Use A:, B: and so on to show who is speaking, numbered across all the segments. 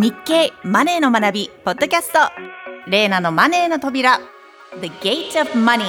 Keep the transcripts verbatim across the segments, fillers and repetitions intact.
A: 日経マネーの学びポッドキャスト、レイナのマネーの扉 The Gate of Money。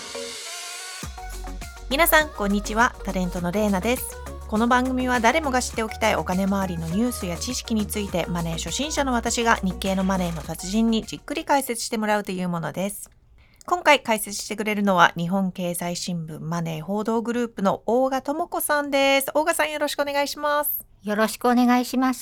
A: 皆さんこんにちは、タレントのレイナです。この番組は誰もが知っておきたいお金周りのニュースや知識について、マネー初心者の私が日経のマネーの達人にじっくり解説してもらうというものです。今回解説してくれるのは日本経済新聞マネー報道グループの大賀智子さんです。大賀さん、よろしくお願いします。
B: よろしくお願いします。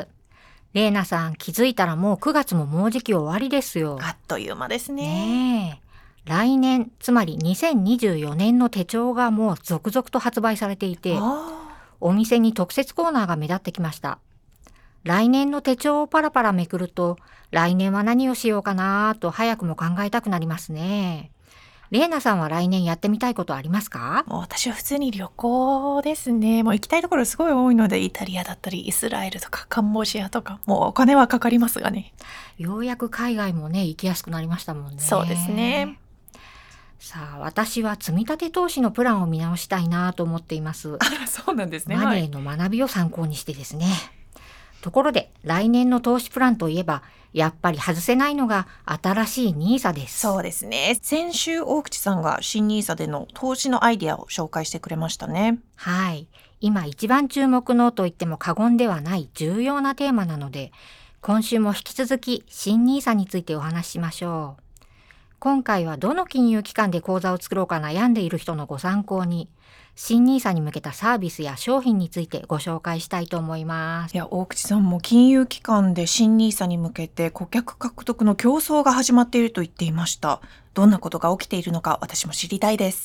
B: レイナさん、気づいたらもうくがつももうじき終わりですよ。
A: あっという間ですね。
B: ねえ、来年、つまりにせんにじゅうよねんの手帳がもう続々と発売されていて、お店に特設コーナーが目立ってきました。来年の手帳をパラパラめくると、来年は何をしようかなと早くも考えたくなりますね。レイナさんは来年やってみたいことありますか？
A: もう私は普通に旅行ですね。もう行きたいところすごい多いので、イタリアだったりイスラエルとかカンボジアとか、もうお金はかかりますがね。
B: ようやく海外もね、行きやすくなりましたもんね。
A: そうですね。
B: さあ、私は積み立て投資のプランを見直したいなと思っています。
A: あら、そうなんですね。
B: マネーの学びを参考にしてですね。はい、ところで、来年の投資プランといえば、やっぱり外せないのが新しいニーサです。
A: そうですね。先週大口さんが新ニーサでの投資のアイデアを紹介してくれましたね。
B: はい。今一番注目のと言っても過言ではない重要なテーマなので、今週も引き続き新ニーサについてお話ししましょう。今回はどの金融機関で口座を作ろうか悩んでいる人のご参考に、新ニーサに向けたサービスや商品についてご紹介したいと思います。
A: いや、大口さんも金融機関で新ニーサに向けて顧客獲得の競争が始まっていると言っていました。どんなことが起きているのか私も知りたいです。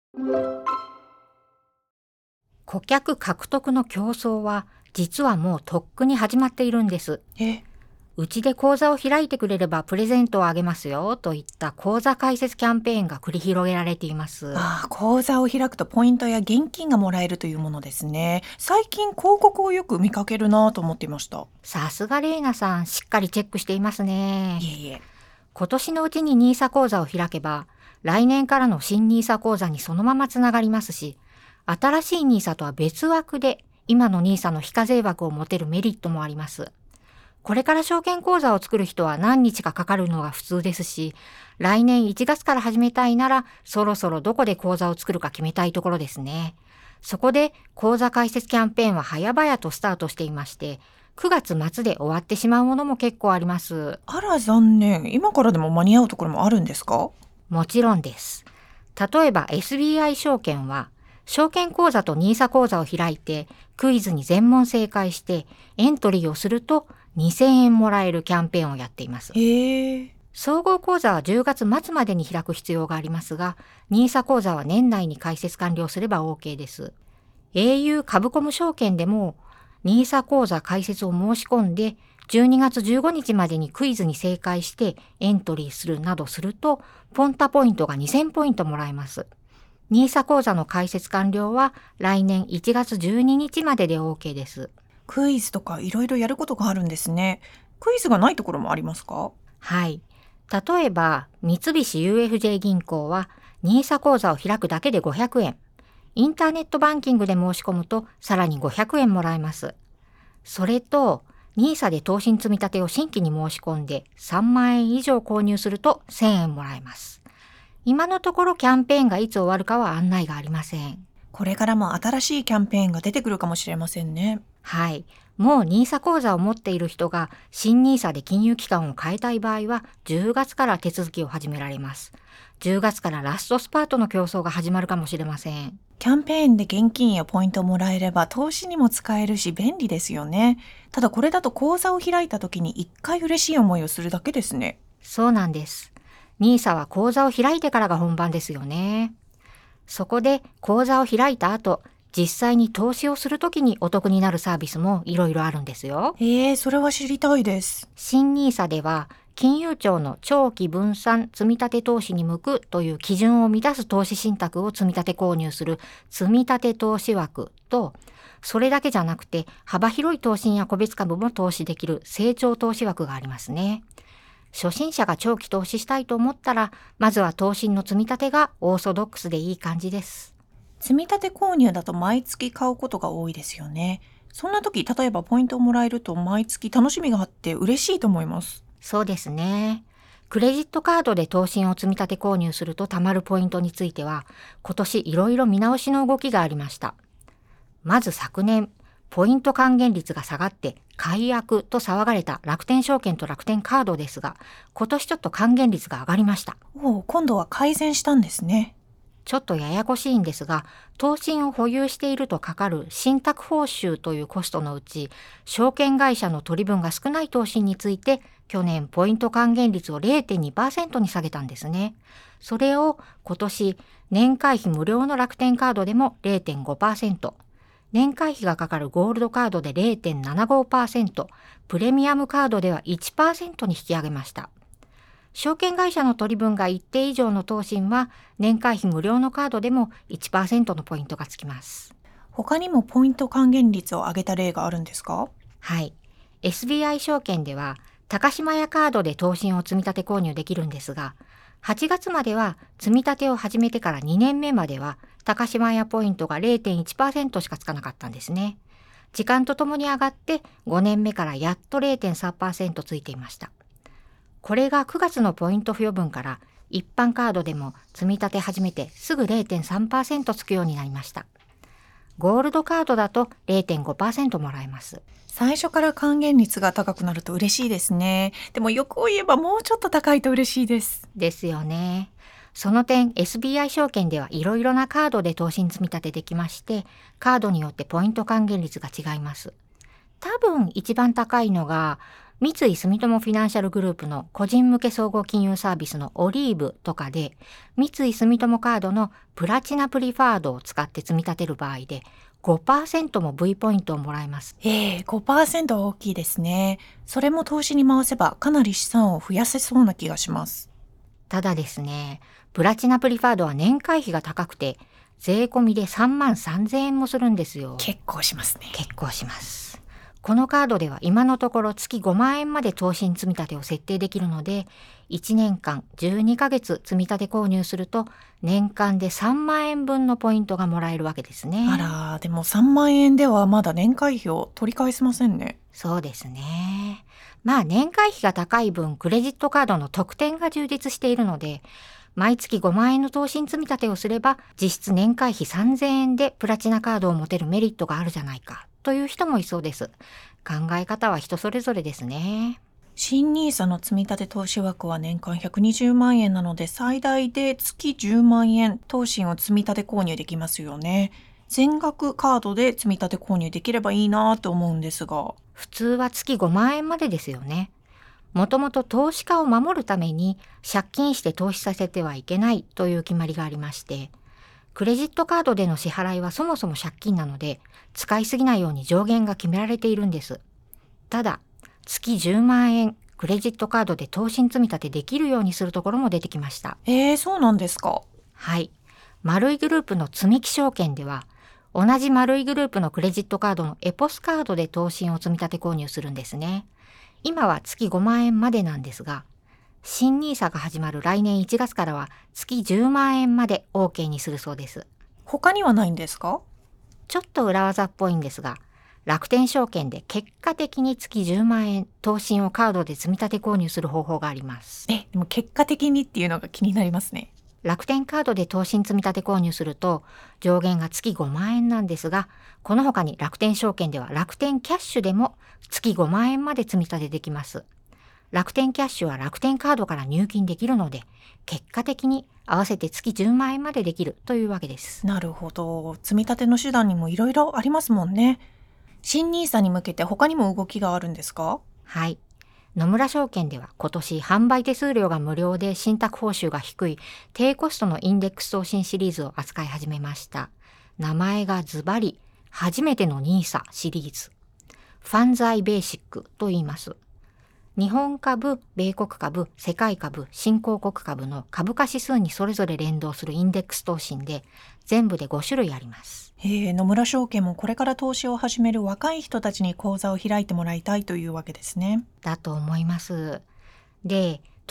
B: 顧客獲得の競争は実はもうとっくに始まっているんです。
A: え
B: うちで口座を開いてくれればプレゼントをあげますよといった口座開設キャンペーンが繰り広げられています。
A: ああ、口座を開くとポイントや現金がもらえるというものですね。最近広告をよく見かけるなと思っていました。
B: さすがレイナさん、しっかりチェックしていますね。
A: いえいえ。
B: 今年のうちにニーサ口座を開けば、来年からの新ニーサ口座にそのままつながりますし、新しいニーサとは別枠で今のニーサの非課税枠を持てるメリットもあります。これから証券口座を作る人は何日かかかるのが普通ですし、来年いちがつから始めたいなら、そろそろどこで口座を作るか決めたいところですね。そこで口座開設キャンペーンは早々とスタートしていまして、くがつ末で終わってしまうものも結構あります。
A: あら残念。今からでも間に合うところもあるんですか？
B: もちろんです。例えば エスビーアイ 証券は、証券口座とニーサ口座を開いて、クイズに全問正解してエントリーをするとにせんえんもらえるキャンペーンをやっています。
A: へー。
B: 総合口座はじゅうがつ末までに開く必要がありますが、ニーサ口座は年内に開設完了すれば OK です。au 株コム証券でも、ニーサ口座開設を申し込んで、じゅうにがつじゅうごにちまでにクイズに正解してエントリーするなどすると、ポンタポイントがにせんポイントもらえます。ニーサ口座の開設完了は来年いちがつじゅうににちまでで OK です。
A: クイズとかいろいろやることがあるんですね。クイズがないところもありますか？
B: はい。例えば、三菱 ユーエフジェー 銀行は、ニーサ口座を開くだけでごひゃくえん。インターネットバンキングで申し込むと、さらにごひゃくえんもらえます。それと、ニーサで投資積み立てを新規に申し込んで、さんまんえん以上購入するとせんえんもらえます。今のところキャンペーンがいつ終わるかは案内がありません。
A: これからも新しいキャンペーンが出てくるかもしれませんね。
B: はい。もうニーサ口座を持っている人が新ニーサで金融機関を変えたい場合はじゅうがつから手続きを始められます。じゅうがつからラストスパートの競争が始まるかもしれません。
A: キャンペーンで現金やポイントをもらえれば投資にも使えるし便利ですよね。ただこれだと口座を開いた時に一回嬉しい思いをするだけですね。
B: そうなんです。ニーサは口座を開いてからが本番ですよね。そこで口座を開いた後、実際に投資をするときにお得になるサービスもいろいろあるんですよ。
A: えー、それは知りたいです。
B: 新ニーサでは金融庁の長期分散積立投資に向くという基準を満たす投資信託を積み立て購入する積立投資枠と、それだけじゃなくて幅広い投資や個別株も投資できる成長投資枠がありますね。初心者が長期投資したいと思ったら、まずは投資の積み立てがオーソドックスでいい感じです。
A: 積み立て購入だと毎月買うことが多いですよね。 そんな時、例えばポイントをもらえると毎月楽しみがあって嬉しいと思います。
B: そうですね。クレジットカードで投信を積み立て購入すると貯まるポイントについては、今年いろいろ見直しの動きがありました。まず昨年、ポイント還元率が下がって解約と騒がれた楽天証券と楽天カードですが、今年ちょっと還元率が上がりました。
A: おお、今度は改善したんですね。
B: ちょっとややこしいんですが、投信を保有しているとかかる信託報酬というコストのうち、証券会社の取り分が少ない投信について、去年ポイント還元率を れいてんにパーセント に下げたんですね。それを今年、年会費無料の楽天カードでも れいてんごパーセント、年会費がかかるゴールドカードで れいてんななごパーセント、プレミアムカードでは いちパーセント に引き上げました。証券会社の取り分が一定以上の投信は、年会費無料のカードでも いちパーセント のポイントがつきます。
A: 他にもポイント還元率を上げた例があるんですか？
B: はい。エスビーアイ 証券では、高島屋カードで投信を積み立て購入できるんですが、はちがつまでは積み立てを始めてからにねんめまでは、高島屋ポイントが れいてんいちパーセント しかつかなかったんですね。時間とともに上がってごねんめからやっと れいてんさんパーセント ついていました。これがくがつのポイント付与分から一般カードでも積み立て始めてすぐ れいてんさんパーセント つくようになりました。ゴールドカードだと れいてんごパーセント もらえます。
A: 最初から還元率が高くなると嬉しいですね。でも欲を言えばもうちょっと高いと嬉しいです。
B: ですよね。その点 エスビーアイ 証券ではいろいろなカードで投資に積み立てできまして、カードによってポイント還元率が違います。多分一番高いのが三井住友フィナンシャルグループの個人向け総合金融サービスのオリーブとかで、三井住友カードのプラチナプリファードを使って積み立てる場合で ごパーセント も V ポイントをもらえます。
A: ええ、ごパーセント は大きいですね。それも投資に回せばかなり資産を増やせそうな気がします。
B: ただですね、プラチナプリファードは年会費が高くて、税込みでさんまんさんぜんえんもするんですよ。
A: 結構しますね。
B: 結構します。このカードでは今のところ月ごまんえんまで投資積み立てを設定できるので、いちねんかんじゅうにかげつ積み立て購入すると年間でさんまんえんぶんのポイントがもらえるわけですね。
A: あら、でもさんまんえんではまだ年会費を取り返せませんね。
B: そうですね。まあ年会費が高い分クレジットカードの特典が充実しているので、毎月ごまんえんの投資積み立てをすれば実質年会費さんぜんえんでプラチナカードを持てるメリットがあるじゃないかという人もいそうです。考え方は人それぞれですね。
A: 新ニーサの積み立て投資枠は年間ひゃくにじゅうまんえんなので、最大で月じゅうまんえん投資を積み立て購入できますよね。全額カードで積み立て購入できればいいなと思うんですが。
B: 普通は月ごまんえんまでですよね。もともと投資家を守るために借金して投資させてはいけないという決まりがありまして、クレジットカードでの支払いはそもそも借金なので、使いすぎないように上限が決められているんです。ただ、月じゅうまんえんクレジットカードで投資積み立てできるようにするところも出てきました。
A: えー、そうなんですか。
B: はい。丸いグループの積み木証券では、同じ丸いグループのクレジットカードのエポスカードで投資を積み立て購入するんですね。今は月ごまんえんまでなんですが、新ニーサが始まる来年いちがつからは月じゅうまんえんまで OK にするそうです。
A: 他にはないんですか？
B: ちょっと裏技っぽいんですが、楽天証券で結果的に月じゅうまんえん投資をカードで積み立て購入する方法があります。
A: え、でも結果的にっていうのが気になりますね。
B: 楽天カードで投資積み立て購入すると上限が月ごまんえんなんですが、この他に楽天証券では楽天キャッシュでも月ごまんえんまで積み立てできます。楽天キャッシュは楽天カードから入金できるので、結果的に合わせて月じゅうまんえんまでできるというわけです。
A: なるほど。積み立ての手段にもいろいろありますもんね。新ニーサに向けて他にも動きがあるんですか？
B: はい。野村証券では今年販売手数料が無料で信託報酬が低い低コストのインデックス投信シリーズを扱い始めました。名前がズバリ初めてのニーサシリーズ。ファンザイベーシックと言います。日本株、米国株、世界株、新興国株の株価指数にそれぞれ連動するインデックス投信で全部でごしゅるいあります。
A: へえ、野村証券もこれから投資を始める若い人たちに口座を開いてもらいたいというわけですね。
B: だと思います。で、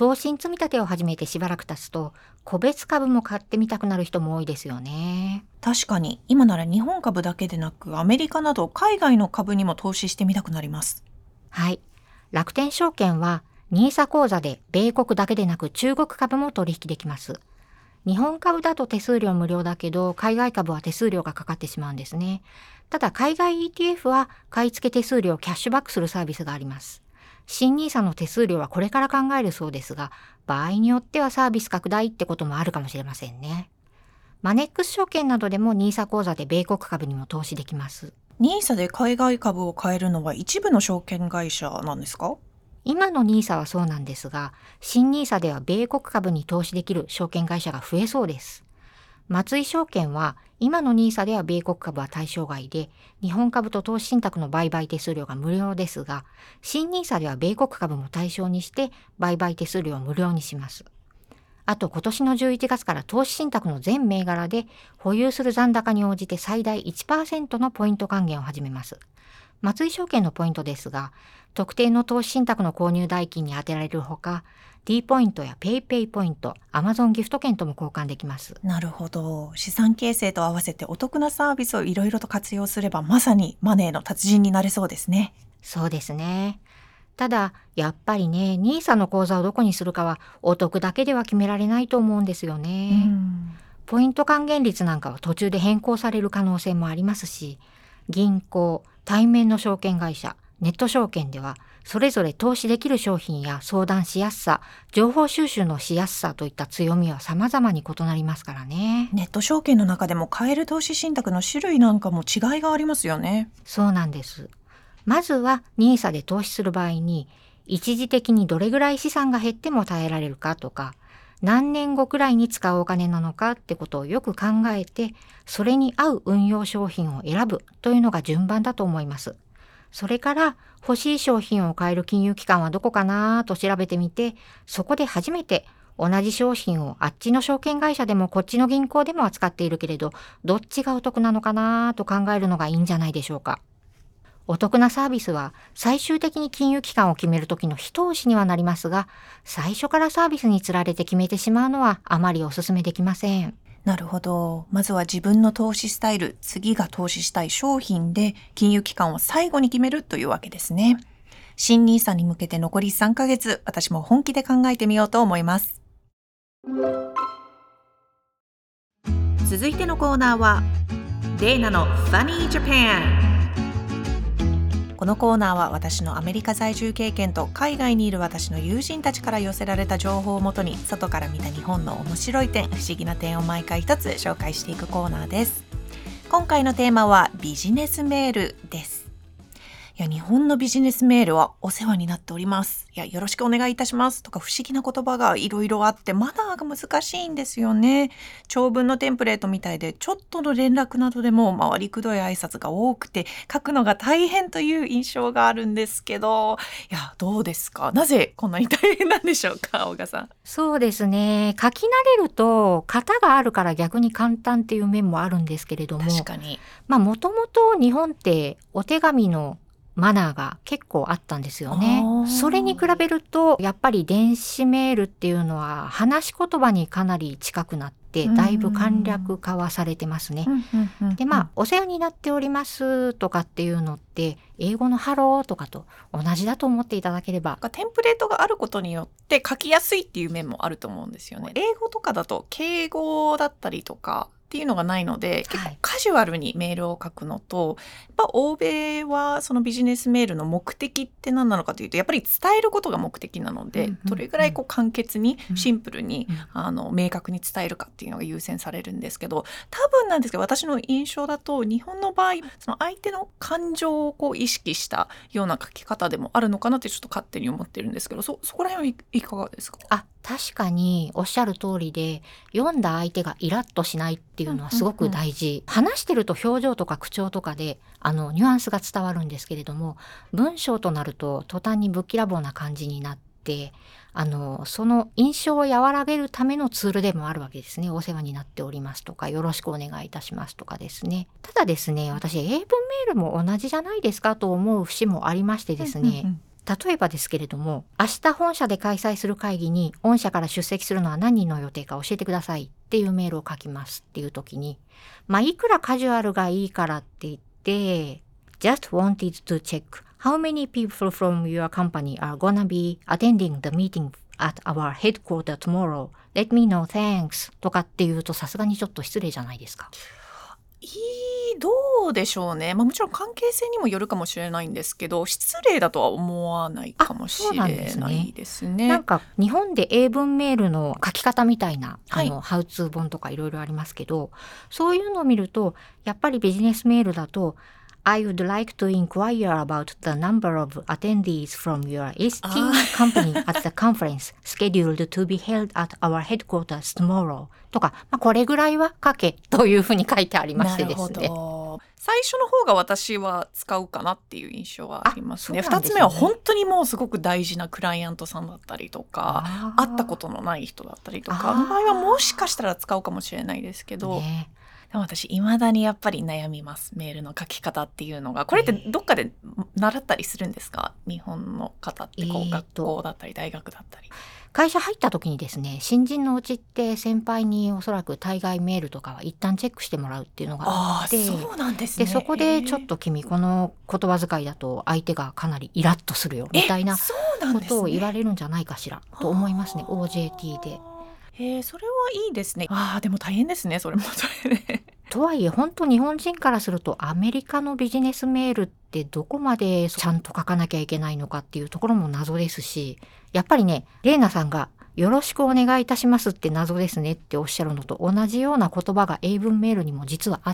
B: 投資積み立てを始めてしばらく経つと個別株も買ってみたくなる人も多いですよね。
A: 確かに今なら日本株だけでなくアメリカなど海外の株にも投資してみたくなります。
B: はい。楽天証券はニーサ口座で米国だけでなく中国株も取引できます。日本株だと手数料無料だけど海外株は手数料がかかってしまうんですね。ただ海外 イーティーエフ は買い付け手数料をキャッシュバックするサービスがあります。新ニーサの手数料はこれから考えるそうですが、場合によってはサービス拡大ってこともあるかもしれませんね。マネックス証券などでもニーサ口座で米国株にも投資できます。
A: ニーサで海外株を買えるのは一部の証券会社なんですか？
B: 今のニーサはそうなんですが、新ニーサでは米国株に投資できる証券会社が増えそうです。松井証券は今のニーサでは米国株は対象外で、日本株と投資信託の売買手数料が無料ですが、新ニーサでは米国株も対象にして売買手数料を無料にします。あと今年のじゅういちがつから投資信託の全銘柄で保有する残高に応じて最大 いちパーセント のポイント還元を始めます。松井証券のポイントですが、特定の投資信託の購入代金に充てられるほか、D ポイントや PayPay ポイント、Amazon ギフト券とも交換できます。
A: なるほど。資産形成と合わせてお得なサービスをいろいろと活用すればまさにマネーの達人になれそうですね。
B: そうですね。ただやっぱりね、ニーサの口座をどこにするかはお得だけでは決められないと思うんですよね。
A: うん
B: ポイント還元率なんかは途中で変更される可能性もありますし、銀行、対面の証券会社、ネット証券ではそれぞれ投資できる商品や相談しやすさ、情報収集のしやすさといった強みは様々に異なりますからね。
A: ネット証券の中でも買える投資信託の種類なんかも違いがありますよね。
B: そうなんです。まずはニーサで投資する場合に、一時的にどれぐらい資産が減っても耐えられるかとか、何年後くらいに使うお金なのかってことをよく考えて、それに合う運用商品を選ぶというのが順番だと思います。それから欲しい商品を買える金融機関はどこかなと調べてみて、そこで初めて同じ商品をあっちの証券会社でもこっちの銀行でも扱っているけれど、どっちがお得なのかなと考えるのがいいんじゃないでしょうか。お得なサービスは最終的に金融機関を決める時の一押しにはなりますが、最初からサービスにつられて決めてしまうのはあまりお勧めできません。
A: なるほど。まずは自分の投資スタイル、次が投資したい商品で金融機関を最後に決めるというわけですね。新ニーサに向けて残りさんかげつ、私も本気で考えてみようと思います。続いてのコーナーはレイナの Funny Japan。このコーナーは私のアメリカ在住経験と海外にいる私の友人たちから寄せられた情報をもとに、外から見た日本の面白い点、不思議な点を毎回一つ紹介していくコーナーです。今回のテーマはビジネスメールです。いや、日本のビジネスメールはお世話になっております。いや、よろしくお願いいたしますとか不思議な言葉がいろいろあってマナーが難しいんですよね。長文のテンプレートみたいでちょっとの連絡などでも回りくどい挨拶が多くて書くのが大変という印象があるんですけど、いや、どうですか？なぜこんなに大変なんでしょうか、大賀さん。
B: そうですね。書き慣れると型があるから逆に簡単っていう面もあるんですけれども、
A: 確かに。
B: まあもともと日本ってお手紙のマナーが結構あったんですよね。それに比べるとやっぱり電子メールっていうのは話し言葉にかなり近くなってだいぶ簡略化はされてますね。でまあお世話になっておりますとかっていうのって英語のハローとかと同じだと思っていただければ。
A: テンプレートがあることによって書きやすいっていう面もあると思うんですよね。英語とかだと敬語だったりとかっていうのがないので、結構カジュアルにメールを書くのと、やっぱ欧米はそのビジネスメールの目的って何なのかというと、やっぱり伝えることが目的なので、うんうんうん、どれぐらいこう簡潔にシンプルに、うんうん、あの明確に伝えるかっていうのが優先されるんですけど、多分なんですけど私の印象だと日本の場合その相手の感情をこう意識したような書き方でもあるのかなってちょっと勝手に思ってるんですけど、 そ, そこら辺はいかがですか？
B: あ、確かにおっしゃる通りで、読んだ相手がイラッとしないっていうのはすごく大事、うんうんうん、話してると表情とか口調とかであのニュアンスが伝わるんですけれども、文章となると途端にぶっきらぼうな感じになって、あのその印象を和らげるためのツールでもあるわけですね。お世話になっておりますとか、よろしくお願いいたしますとかですね。ただですね、私英文メールも同じじゃないですかと思う節もありましてですね、うんうんうん、 例えばですけれども、明日本社で開催する会議に御社から出席するのは何人の予定か教えてくださいっていうメールを書きますっていう時に、まあいくらカジュアルがいいからって言って just wanted to check how many people from your company are gonna be attending the meeting at our headquarters tomorrow. Let me know, thanks とかっていうとさすがにちょっと失礼じゃないですか。
A: いいどうでしょうね、まあ、もちろん関係性にもよるかもしれないんですけど、失礼だとは思わないかもしれないですね。
B: なんか日本で英文メールの書き方みたいな、
A: はい、
B: あのハウツー本とかいろいろありますけど、そういうのを見るとやっぱりビジネスメールだとI would like to inquire about the number of attendees from your esteemed company at the conference scheduled to be held at our headquarters tomorrow とか、まあ、これぐらいは書けというふうに書いてありましてですね。
A: なるほど。最初の方が私は使うかなっていう印象はありますね。
B: あ、そうなんですね。
A: ふたつめは本当にもうすごく大事なクライアントさんだったりとか、会ったことのない人だったりとかの場合はもしかしたら使うかもしれないですけど、ね、でも私未だにやっぱり悩みます。メールの書き方っていうのが。これってどっかで習ったりするんですか？日本の方ってこう、えー、学校だったり大学だったり。
B: 会社入った時にですね、新人のうちって先輩におそらく対外メールとかは一旦チェックしてもらうっていうのがあって、
A: そうなんですね。
B: でそこでちょっと君この言葉遣いだと相手がかなりイラッとするよみたいなことを言われるんじゃないかしらと思いますね。 オージェーティー で。
A: へえ、それはいいですね。ああ、でも大変ですね、それもそれで。
B: とはいえ本当日本人からするとアメリカのビジネスメールってどこまでちゃんと書かなきゃいけないのかっていうところも謎ですし、やっぱりね、レイナさんがよろしくお願いいたしますって謎ですねっておっしゃるのと同じような言葉が英文メールにも実はあって、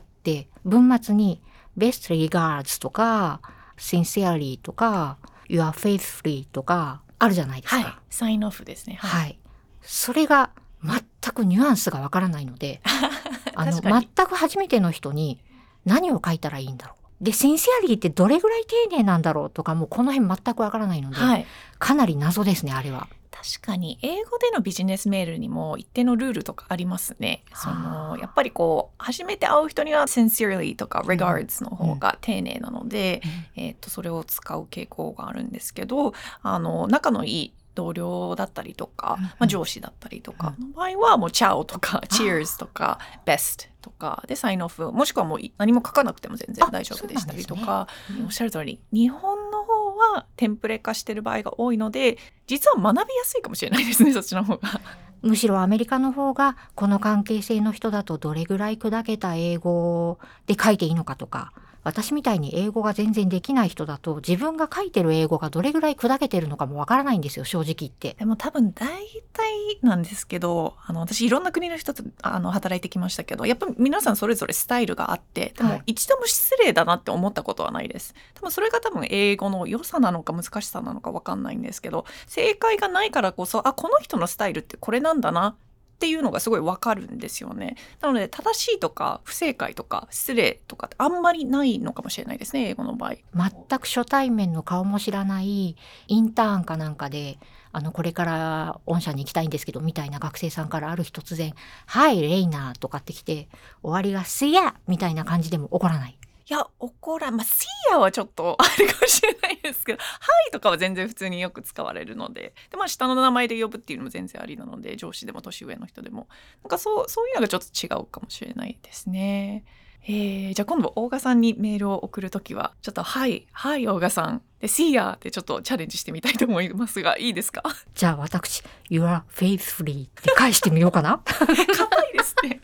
B: 文末に best regards とか sincerely とか your faithfully とかあるじゃないですか。
A: はい、サインオフですね。
B: はい、はい、それが全くニュアンスがわからないのであの全く初めての人に何を書いたらいいんだろう、でシンシアリーってどれぐらい丁寧なんだろうとか、もうこの辺全くわからないので、はい、かなり謎ですね、あれは。
A: 確かに英語でのビジネスメールにも一定のルールとかありますね。そのやっぱりこう初めて会う人には sincerely とか regards の方が丁寧なので、うんうん、えー、とそれを使う傾向があるんですけど、あの仲のいい同僚だったりとか、まあ、上司だったりとかの場合はもうチャオとかチェアーズとかベストとかでサインオフ、もしくはもう何も書かなくても全然大丈夫でしたりとか、ね、うん、おっしゃる通り日本の方はテンプレ化してる場合が多いので、実は学びやすいかもしれないですね、そっちの方が。
B: むしろアメリカの方がこの関係性の人だとどれぐらい砕けた英語で書いていいのかとか、私みたいに英語が全然できない人だと自分が書いてる英語がどれぐらい砕けてるのかもわからないんですよ、正直言って。
A: でも多分大体なんですけど、あの私いろんな国の人とあの働いてきましたけど、やっぱり皆さんそれぞれスタイルがあって、でも一度も失礼だなって思ったことはないです。多分それが多分英語の良さなのか難しさなのかわかんないんですけど、正解がないからこそ、あ、この人のスタイルってこれなんだなっていうのがすごいわかるんですよね。なので正しいとか不正解とか失礼とかってあんまりないのかもしれないですね、英語の場合。
B: 全く初対面の顔も知らないインターンかなんかで、あのこれから御社に行きたいんですけどみたいな学生さんからある日突然はいレイナーとかってきて、終わりが See ya みたいな感じでも怒らない。
A: いや、怒らん、まあ、See ya はちょっとあれかもしれないですけど、はいとかは全然普通によく使われるので、で、まあ、下の名前で呼ぶっていうのも全然ありなので、上司でも年上の人でも、なんかそう、そういうのがちょっと違うかもしれないですね。えー、じゃあ今度大賀さんにメールを送るときは、ちょっとはいはい大賀さんで See ya ってちょっとチャレンジしてみたいと思いますが、いいですか？
B: じゃあ私 You are faithfully って返してみようかな。
A: 可愛いですね。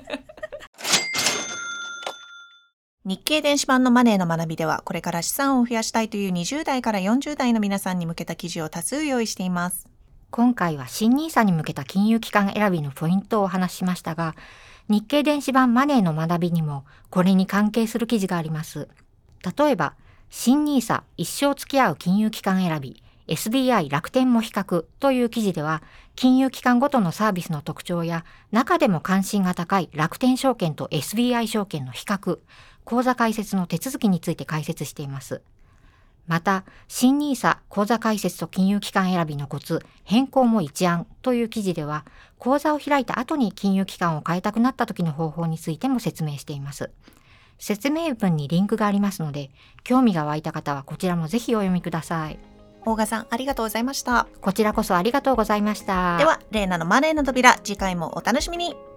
A: 日経電子版のマネーの学びでは、これから資産を増やしたいというにじゅう代からよんじゅう代の皆さんに向けた記事を多数用意しています。
B: 今回は新ニーサに向けた金融機関選びのポイントをお話ししましたが、日経電子版マネーの学びにもこれに関係する記事があります。例えば、新ニーサ一生付き合う金融機関選び、エスビーアイ 楽天も比較という記事では、金融機関ごとのサービスの特徴や、中でも関心が高い楽天証券と エスビーアイ 証券の比較、口座開設の手続きについて解説しています。また、新ニーサ口座開設と金融機関選びのコツ、変更も一案という記事では、口座を開いた後に金融機関を変えたくなった時の方法についても説明しています。説明文にリンクがありますので、興味が湧いた方はこちらもぜひお読みください。
A: 大賀さんありがとうございました。
B: こちらこそありがとうございました。
A: ではレイナのマネーの扉、次回もお楽しみに。